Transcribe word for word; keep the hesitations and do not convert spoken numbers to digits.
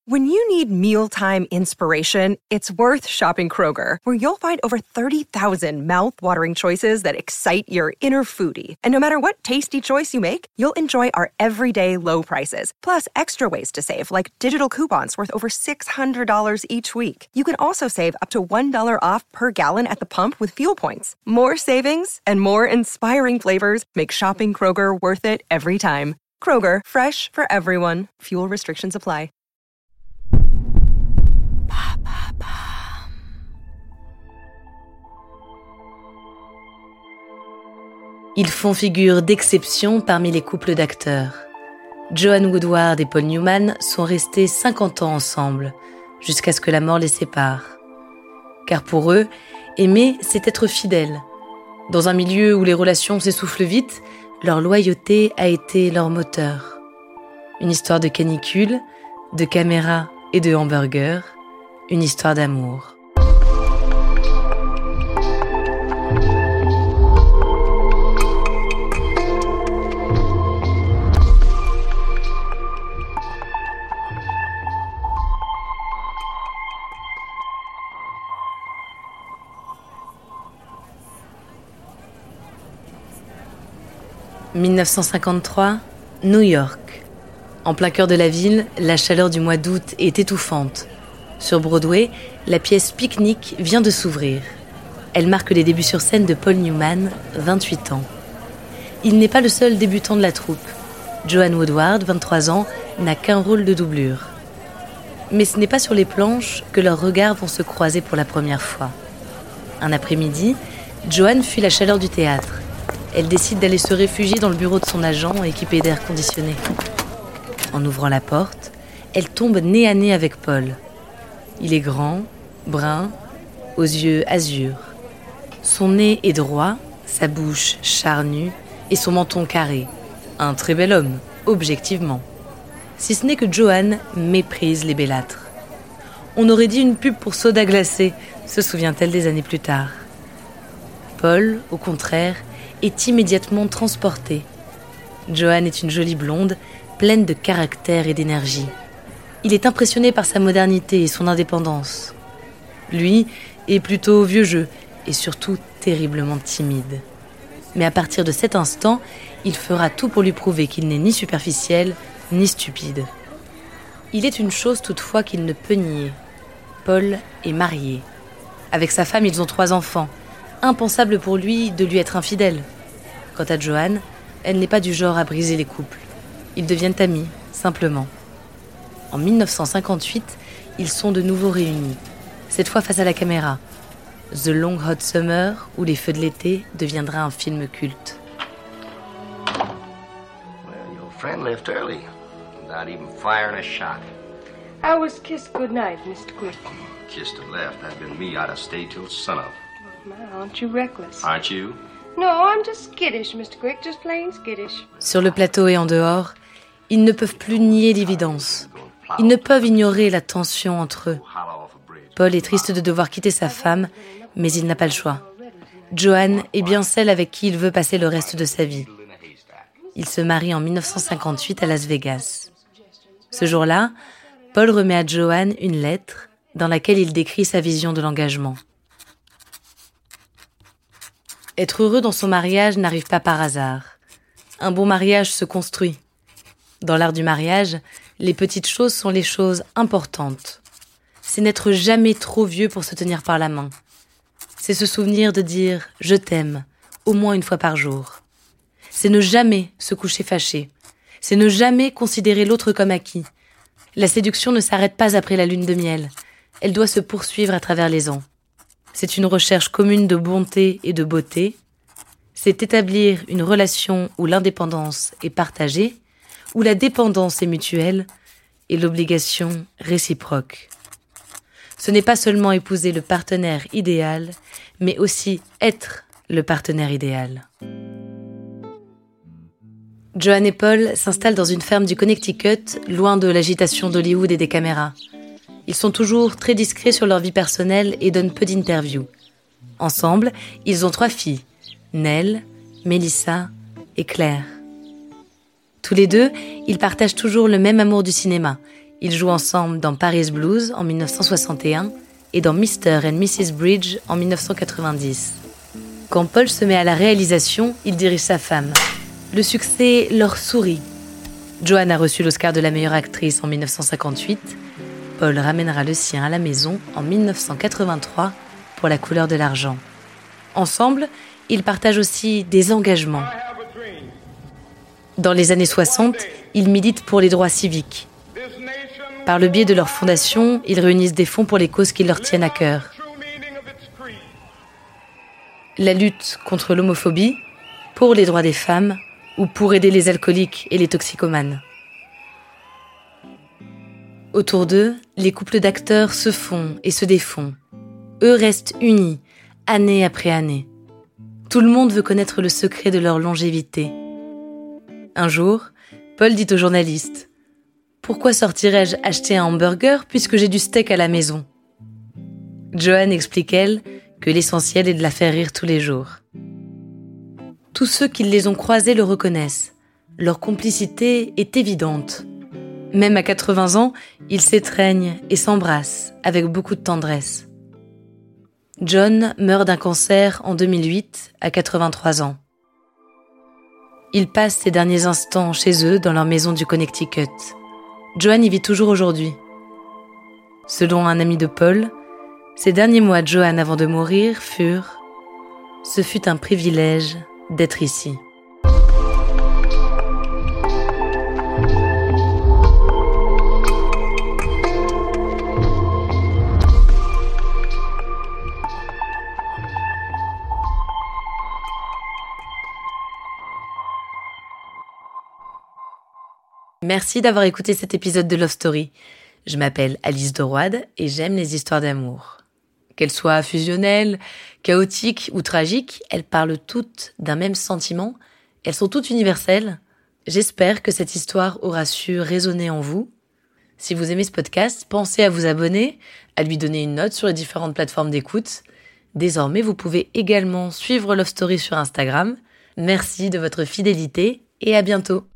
When you need mealtime inspiration, it's worth shopping Kroger, where you'll find over thirty thousand mouth-watering choices that excite your inner foodie. And no matter what tasty choice you make, you'll enjoy our everyday low prices, plus extra ways to save, like digital coupons worth over six hundred dollars each week. You can also save up to one dollar off per gallon at the pump with fuel points. More savings and more inspiring flavors make shopping Kroger worth it every time. Kroger, fresh for everyone. Fuel restrictions apply. Ils font figure d'exception parmi les couples d'acteurs. Joanne Woodward et Paul Newman sont restés cinquante ans ensemble, jusqu'à ce que la mort les sépare. Car pour eux, aimer, c'est être fidèle. Dans un milieu où les relations s'essoufflent vite, leur loyauté a été leur moteur. Une histoire de canicule, de caméra et de hamburger, une histoire d'amour. dix-neuf cent cinquante-trois, New York. En plein cœur de la ville, la chaleur du mois d'août est étouffante. Sur Broadway, la pièce Picnic vient de s'ouvrir. Elle marque les débuts sur scène de Paul Newman, vingt-huit ans. Il n'est pas le seul débutant de la troupe. Joanne Woodward, vingt-trois ans, n'a qu'un rôle de doublure. Mais ce n'est pas sur les planches que leurs regards vont se croiser pour la première fois. Un après-midi, Joanne fuit la chaleur du théâtre. Elle décide d'aller se réfugier dans le bureau de son agent équipé d'air conditionné. En ouvrant la porte, elle tombe nez à nez avec Paul. Il est grand, brun, aux yeux azur. Son nez est droit, sa bouche charnue et son menton carré. Un très bel homme, objectivement. Si ce n'est que Joanne méprise les bellâtres. On aurait dit une pub pour soda glacé, se souvient-elle des années plus tard. Paul, au contraire, est immédiatement transporté. Joanne est une jolie blonde, pleine de caractère et d'énergie. Il est impressionné par sa modernité et son indépendance. Lui est plutôt vieux jeu et surtout terriblement timide. Mais à partir de cet instant, il fera tout pour lui prouver qu'il n'est ni superficiel, ni stupide. Il est une chose toutefois qu'il ne peut nier. Paul est marié. Avec sa femme, ils ont trois enfants. Impensable pour lui de lui être infidèle. Quant à Joanne, elle n'est pas du genre à briser les couples. Ils deviennent amis, simplement. En dix-neuf cent cinquante-huit, ils sont de nouveau réunis, cette fois face à la caméra. The Long Hot Summer, ou Les Feux de l'été, deviendra un film culte. Well, your friend left early, without even firing a shot. I was kissed goodnight, Mister Quick. Kissed and left. That'd been me. I'd have stayed till sunup. My, aren't you reckless? Aren't you? No, I'm just skittish, Mister Quick, just plain skittish. Sur le plateau et en dehors, ils ne peuvent plus nier l'évidence. Ils ne peuvent ignorer la tension entre eux. Paul est triste de devoir quitter sa femme, mais il n'a pas le choix. Joanne est bien celle avec qui il veut passer le reste de sa vie. Il se marie en dix-neuf cent cinquante-huit à Las Vegas. Ce jour-là, Paul remet à Joanne une lettre dans laquelle il décrit sa vision de l'engagement. Être heureux dans son mariage n'arrive pas par hasard. Un bon mariage se construit. Dans l'art du mariage, les petites choses sont les choses importantes. C'est n'être jamais trop vieux pour se tenir par la main. C'est se souvenir de dire « je t'aime » au moins une fois par jour. C'est ne jamais se coucher fâché. C'est ne jamais considérer l'autre comme acquis. La séduction ne s'arrête pas après la lune de miel. Elle doit se poursuivre à travers les ans. C'est une recherche commune de bonté et de beauté. C'est établir une relation où l'indépendance est partagée, où la dépendance est mutuelle et l'obligation réciproque. Ce n'est pas seulement épouser le partenaire idéal, mais aussi être le partenaire idéal. Joanne et Paul s'installent dans une ferme du Connecticut, loin de l'agitation d'Hollywood et des caméras. Ils sont toujours très discrets sur leur vie personnelle et donnent peu d'interviews. Ensemble, ils ont trois filles, Nell, Melissa et Claire. Tous les deux, ils partagent toujours le même amour du cinéma. Ils jouent ensemble dans Paris Blues en dix-neuf cent soixante et un et dans mister and missus Bridge en dix-neuf cent quatre-vingt-dix. Quand Paul se met à la réalisation, il dirige sa femme. Le succès leur sourit. Joan a reçu l'Oscar de la meilleure actrice en dix-neuf cent cinquante-huit. Paul ramènera le sien à la maison en dix-neuf cent quatre-vingt-trois pour La couleur de l'argent. Ensemble, ils partagent aussi des engagements. Dans les années soixante, ils militent pour les droits civiques. Par le biais de leur fondation, ils réunissent des fonds pour les causes qui leur tiennent à cœur. La lutte contre l'homophobie, pour les droits des femmes ou pour aider les alcooliques et les toxicomanes. Autour d'eux, les couples d'acteurs se font et se défont. Eux restent unis, année après année. Tout le monde veut connaître le secret de leur longévité. Un jour, Paul dit au journaliste « Pourquoi sortirais-je acheter un hamburger puisque j'ai du steak à la maison ?» Joan explique, elle, que l'essentiel est de la faire rire tous les jours. Tous ceux qui les ont croisés le reconnaissent. Leur complicité est évidente. Même à quatre-vingts ans, ils s'étreignent et s'embrassent avec beaucoup de tendresse. John meurt d'un cancer en deux mille huit, à quatre-vingt-trois ans. Ils passent ces derniers instants chez eux dans leur maison du Connecticut. Joan y vit toujours aujourd'hui. Selon un ami de Paul, ces derniers mois de Joan avant de mourir furent « Ce fut un privilège d'être ici ». Merci d'avoir écouté cet épisode de Love Story. Je m'appelle Alice de Roide et j'aime les histoires d'amour. Qu'elles soient fusionnelles, chaotiques ou tragiques, elles parlent toutes d'un même sentiment. Elles sont toutes universelles. J'espère que cette histoire aura su résonner en vous. Si vous aimez ce podcast, pensez à vous abonner, à lui donner une note sur les différentes plateformes d'écoute. Désormais, vous pouvez également suivre Love Story sur Instagram. Merci de votre fidélité et à bientôt.